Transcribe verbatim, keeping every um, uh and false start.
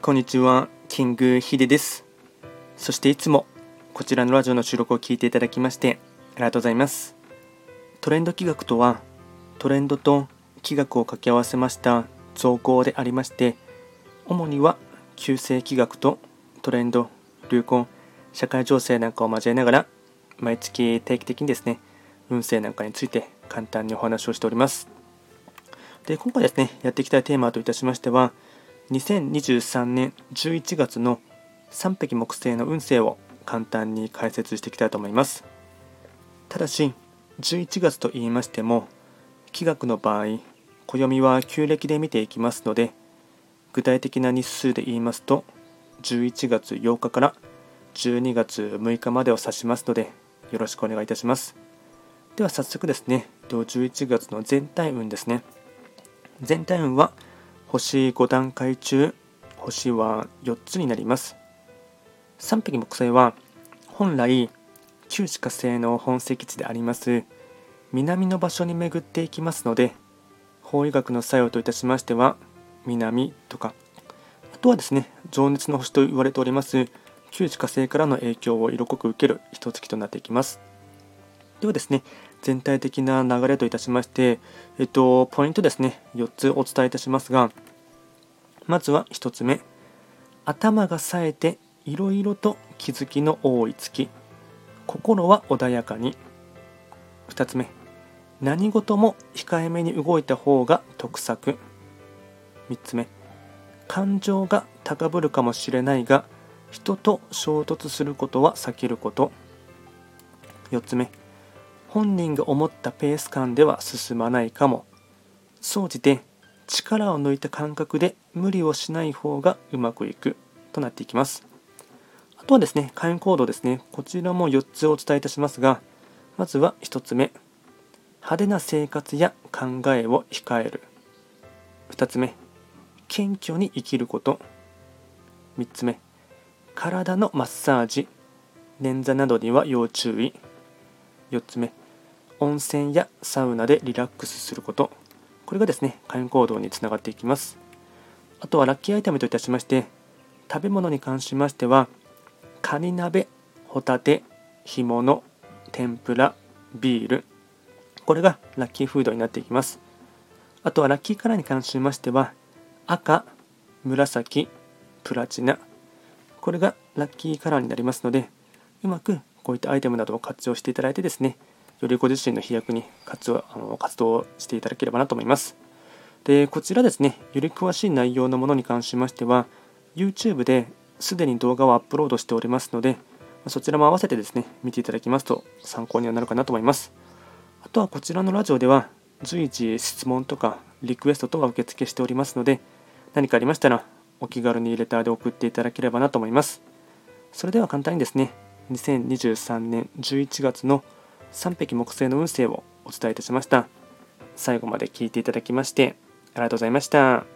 こんにちは、キングヒデです。そしていつもこちらのラジオの収録を聞いていただきましてありがとうございます。トレンド企画とは、トレンドと企画を掛け合わせました造語でありまして、主には旧世企画とトレンド、流行、社会情勢なんかを交えながら、毎月定期的にですね、運勢なんかについて簡単にお話をしております。で、今回ですね、やっていきたいテーマといたしましては、にせんにじゅうさんねんじゅういちがつの三匹木星の運勢を簡単に解説していきたいと思います。ただし、じゅういちがつと言いましても、気学の場合、暦は旧暦で見ていきますので、具体的な日数で言いますと、じゅういちがつようかからじゅうにがつむいかまでを指しますので、よろしくお願いいたします。では早速ですね、じゅういちがつの全体運ですね。全体運は、星ごだんかい中、星はよっつになります。三匹木星は、本来、旧歯科星の本石地であります南の場所に巡っていきますので、法医学の作用といたしましては、南とか、あとはですね、情熱の星と言われております旧歯科星からの影響を色濃く受ける一月となっていきます。ではですね、全体的な流れといたしまして、えっと、ポイントですね、よっつお伝えいたしますが、まずはひとつめ、頭が冴えていろいろと気づきの多い月、心は穏やかに。ふたつめ、何事も控えめに動いた方が得策。みっつめ、感情が高ぶるかもしれないが、人と衝突することは避けること。よっつめ、本人が思ったペース感では進まないかも。総じて力を抜いた感覚で無理をしない方がうまくいくとなっていきます。あとはですね、開運行動ですね。こちらもよっつお伝えいたしますが、まずはひとつめ、派手な生活や考えを控える。ふたつめ、謙虚に生きること。みっつめ、体のマッサージ、捻挫などには要注意。よっつめ、温泉やサウナでリラックスすること。これがですね、開運行動につながっていきます。あとはラッキーアイテムといたしまして、食べ物に関しましては、カニ鍋、ホタテ、干物、天ぷら、ビール。これがラッキーフードになっていきます。あとはラッキーカラーに関しましては、赤、紫、プラチナ。これがラッキーカラーになりますので、うまくこういったアイテムなどを活用していただいてですね、よりご自身の飛躍に活動、あの活動していただければなと思います。で、こちらですね、より詳しい内容のものに関しましては、YouTube ですでに動画をアップロードしておりますので、そちらも合わせてですね、見ていただきますと参考にはなるかなと思います。あとはこちらのラジオでは、随時質問とかリクエスト等は受付しておりますので、何かありましたらお気軽にレターで送っていただければなと思います。それでは簡単にですね、にせんにじゅうさんねんじゅういちがつの三匹木星の運勢をお伝えいたしました。最後まで聞いていただきましてありがとうございました。